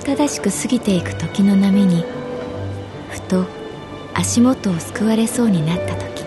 慌ただしく過ぎていく時の波にふと足元をすくわれそうになった時、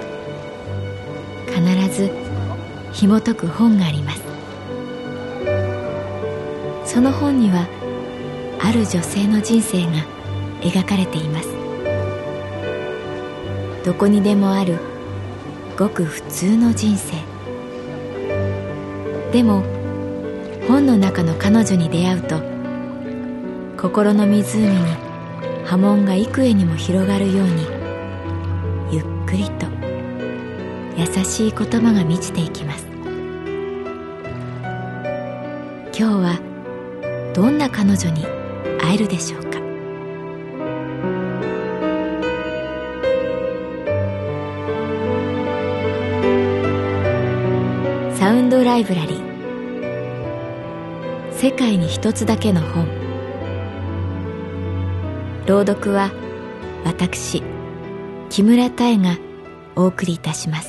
必ず紐解く本があります。その本にはある女性の人生が描かれています。どこにでもあるごく普通の人生。でも本の中の彼女に出会うと、心の湖に波紋が幾重にも広がるように、ゆっくりと優しい言葉が満ちていきます。今日はどんな彼女に会えるでしょうか。サウンドライブラリー、世界に一つだけの本。朗読は私木村多江がお送りいたします。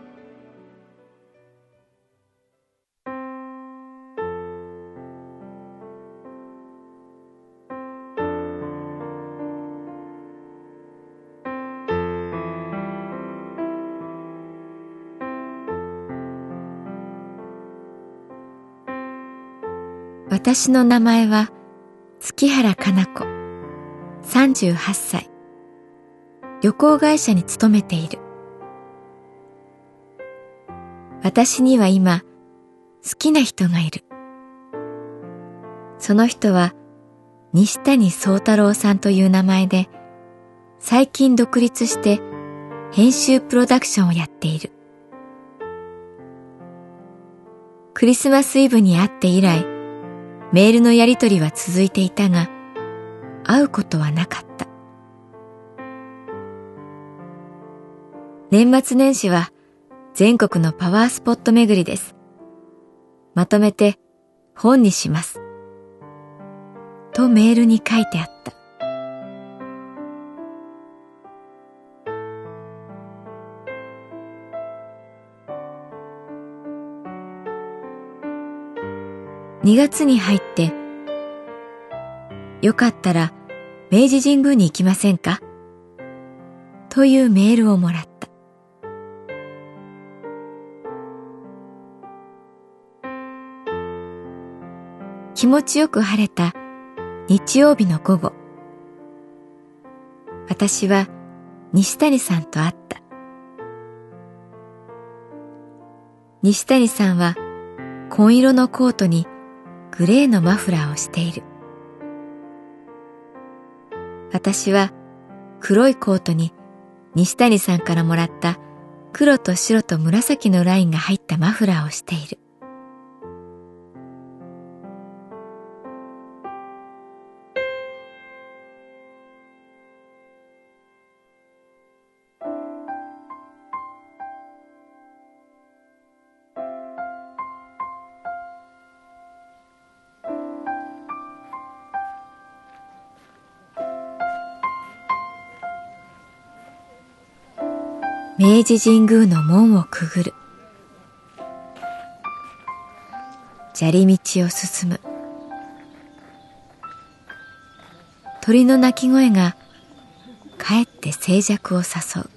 私の名前は月原かな子、38歳。旅行会社に勤めている。私には今好きな人がいる。その人は西谷宗太郎さんという名前で、最近独立して編集プロダクションをやっている。クリスマスイブに会って以来、メールのやり取りは続いていたが、会うことはなかった。年末年始は全国のパワースポット巡りです。まとめて本にします。とメールに書いてあった。2月に入って、よかったら明治神宮に行きませんか？というメールをもらった。気持ちよく晴れた日曜日の午後、私は西谷さんと会った。西谷さんは紺色のコートにグレーのマフラーをしている。私は黒いコートに西谷さんからもらった黒と白と紫のラインが入ったマフラーをしている。明治神宮の門をくぐる。砂利道を進む。鳥の鳴き声がかえって静寂を誘う。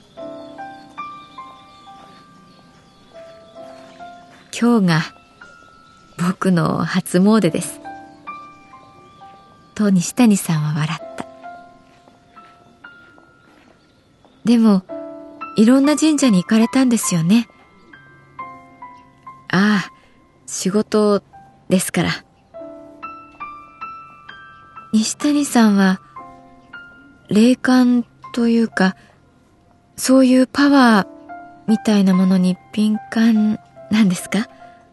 今日が僕の初詣です。と西谷さんは笑った。でも、いろんな神社に行かれたんですよね。ああ、仕事ですから。西谷さんは霊感というか、そういうパワーみたいなものに敏感なんですか？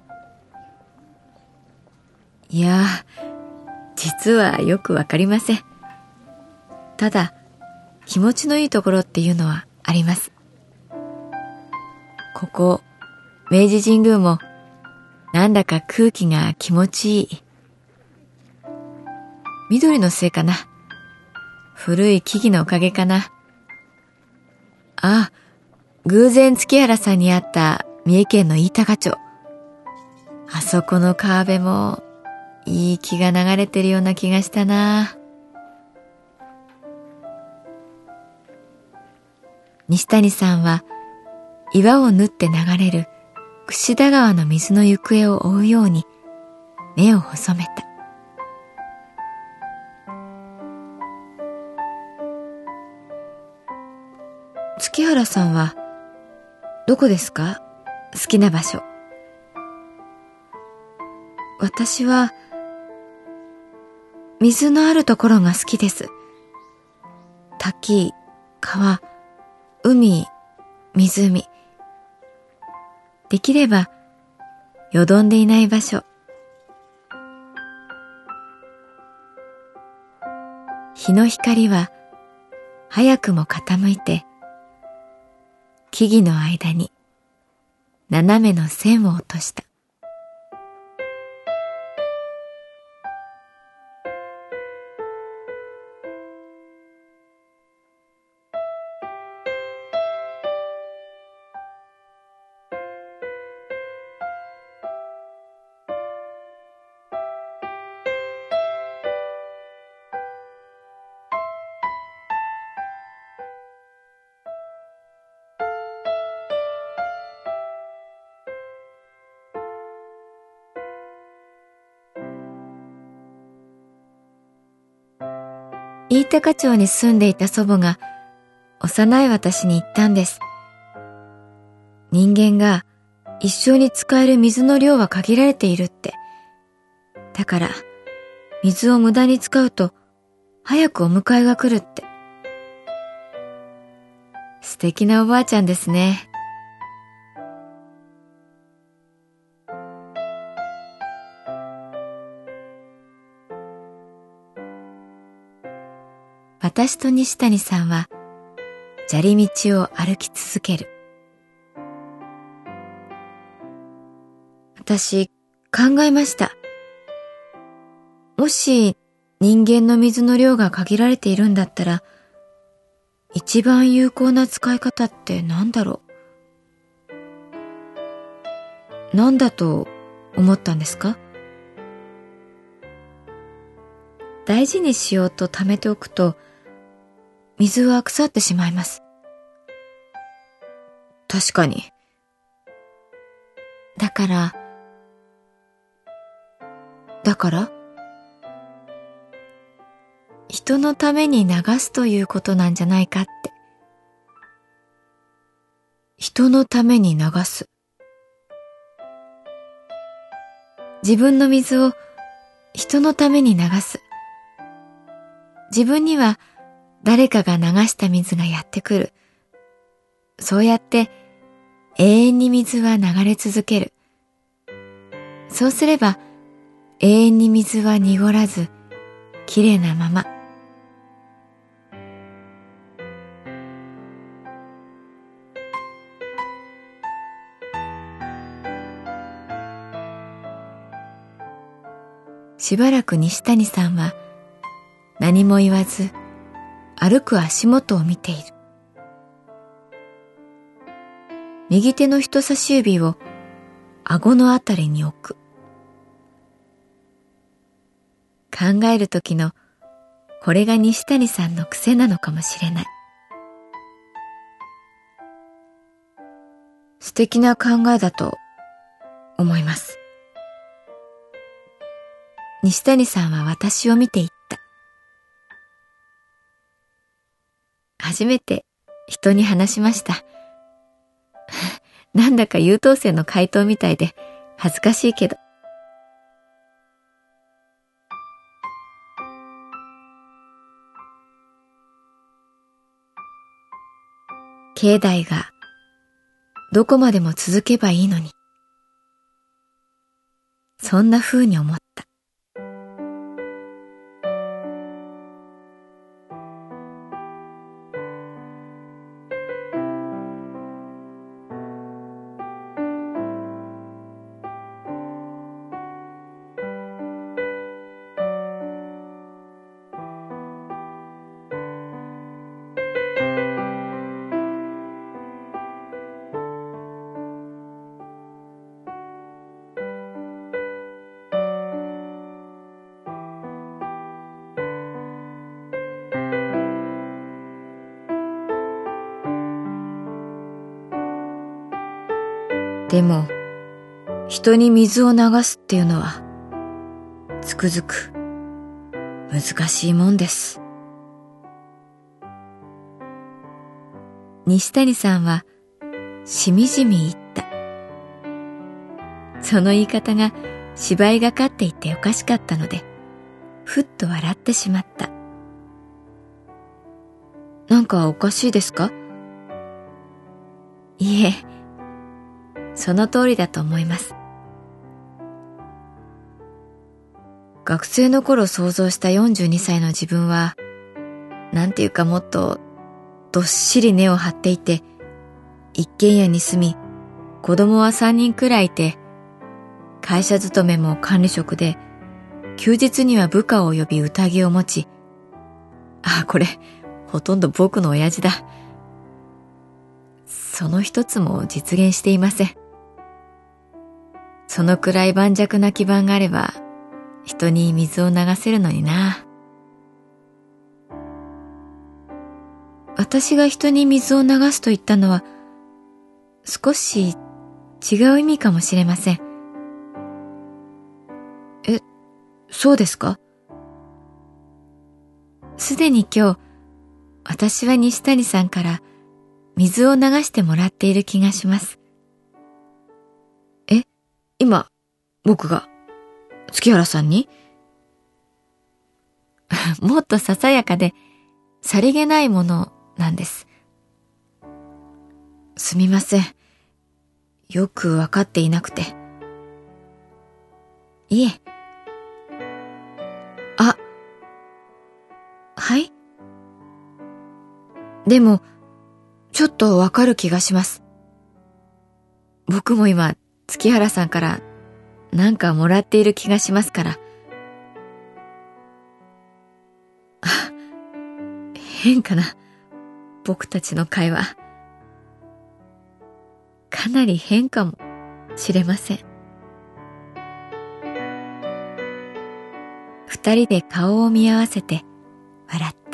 いや、実はよくわかりません。ただ、気持ちのいいところっていうのはあります。ここ、明治神宮も、なんだか空気が気持ちいい。緑のせいかな。古い木々のおかげかな。あ、偶然月原さんに会った三重県の飯高町。あそこの川辺もいい気が流れてるような気がしたな。西谷さんは岩を縫って流れる櫛田川の水の行方を追うように目を細めた。月原さんはどこですか？好きな場所。私は水のあるところが好きです。滝、川、海、湖。できればよどんでいない場所。日の光は早くも傾いて、木々の間に斜めの線を落とした。飯高町に住んでいた祖母が幼い私に言ったんです。人間が一生に使える水の量は限られているって。だから水を無駄に使うと早くお迎えが来るって。素敵なおばあちゃんですね。私と西谷さんは砂利道を歩き続ける。私考えました。もし人間の水の量が限られているんだったら、一番有効な使い方って何だろう。何だと思ったんですか？大事にしようと貯めておくと、水は腐ってしまいます。確かに。だから人のために流すということなんじゃないかって。人のために流す。自分の水を人のために流す。自分には誰かが流した水がやってくる。そうやって永遠に水は流れ続ける。そうすれば永遠に水は濁らず、きれいなまま。しばらく西谷さんは何も言わず歩く足元を見ている。右手の人差し指を顎のあたりに置く。考えるときのこれが西谷さんの癖なのかもしれない。素敵な考えだと思います。西谷さんは私を見て言った。初めて人に話しました。なんだか優等生の回答みたいで恥ずかしいけど。境内がどこまでも続けばいいのに。そんな風に思った。 でも、人に水を流すっていうのは、つくづく難しいもんです。西谷さんはしみじみ言った。その言い方が芝居がかっていておかしかったので、ふっと笑ってしまった。なんかおかしいですか？いえ、その通りだと思います。学生の頃想像した42歳の自分は、なんていうかもっとどっしり根を張っていて、一軒家に住み、子供は3人くらいいて、会社勤めも管理職で、休日には部下を呼び宴を持ち、これ、ほとんど僕の親父だ。その一つも実現していません。そのくらい盤石な基盤があれば、人に水を流せるのにな。私が人に水を流すと言ったのは、少し違う意味かもしれません。そうですか？すでに今日、私は西谷さんから水を流してもらっている気がします。今、僕が月原さんにもっとささやかでさりげないものなんです。すみません。よくわかっていなくて。いえ。はい？でも、ちょっとわかる気がします。僕も今、月原さんからなんかもらっている気がしますから。変かな。僕たちの会話。かなり変かもしれません。二人で顔を見合わせて笑った。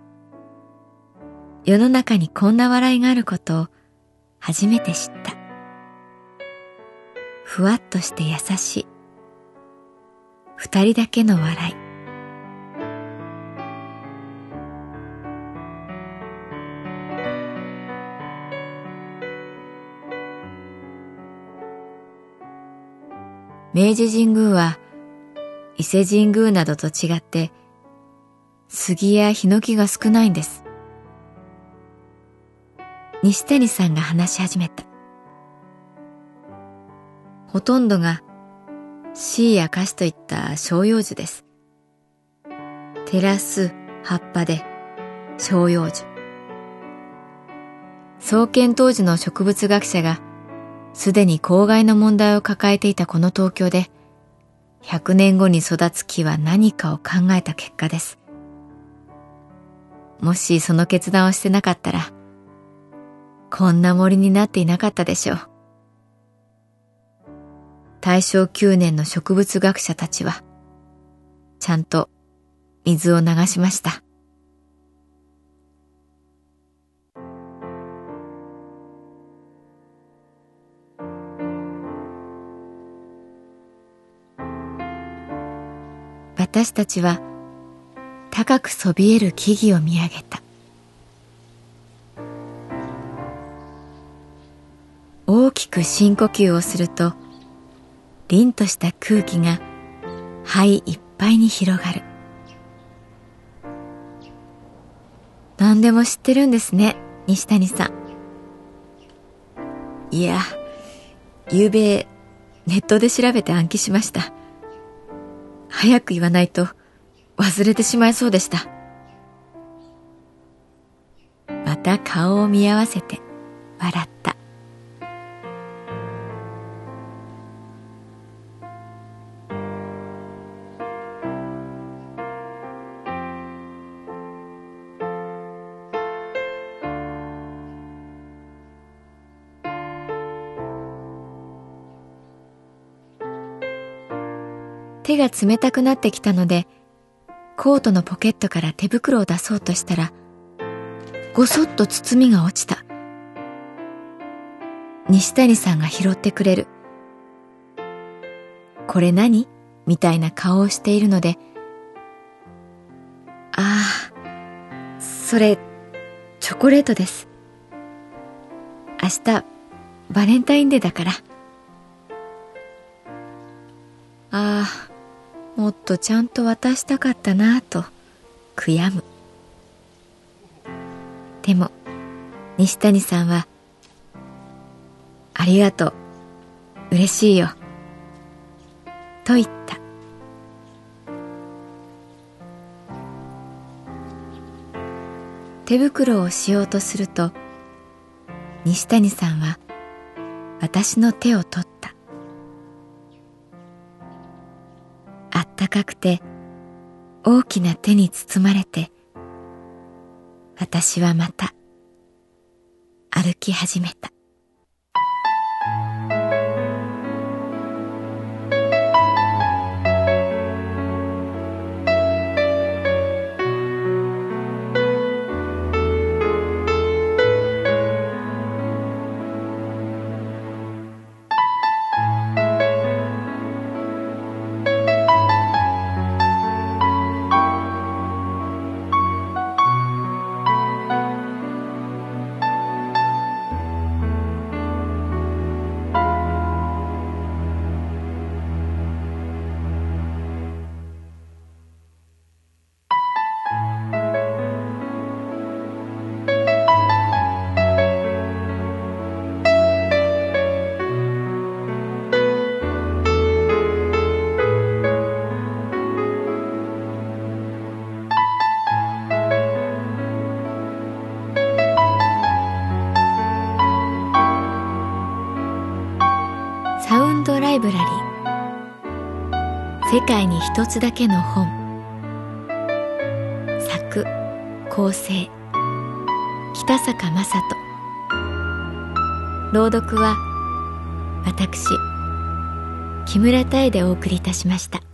世の中にこんな笑いがあることを初めて知った。ふわっとして優しい。二人だけの笑い。明治神宮は伊勢神宮などと違って杉やヒノキが少ないんです。西谷さんが話し始めた。ほとんどがシイやカシといった照葉樹です。照らす葉っぱで照葉樹。創建当時の植物学者がすでに公害の問題を抱えていたこの東京で100年後に育つ木は何かを考えた結果です。もしその決断をしてなかったらこんな森になっていなかったでしょう。大正9年の植物学者たちはちゃんと水を流しました。私たちは高くそびえる木々を見上げた。大きく深呼吸をすると凛とした空気が肺いっぱいに広がる。何でも知ってるんですね、西谷さん。いや、昨べネットで調べて暗記しました。早く言わないと忘れてしまいそうでした。また顔を見合わせて笑った。手が冷たくなってきたので、コートのポケットから手袋を出そうとしたら、ごそっと包みが落ちた。 西谷さんが拾ってくれる。これ何？みたいな顔をしているので、ああ、それ、チョコレートです。明日、バレンタインデーだから。ああ、もっとちゃんと渡したかったなぁと悔やむ。でも西谷さんは、ありがとう、嬉しいよ、と言った。手袋をしようとすると、西谷さんは私の手を取った。あったかくて大きな手に包まれて、私はまた歩き始めた。サウンドライブラリー、世界に一つだけの本。作・構成北坂雅人。朗読は私木村多江でお送りいたしました。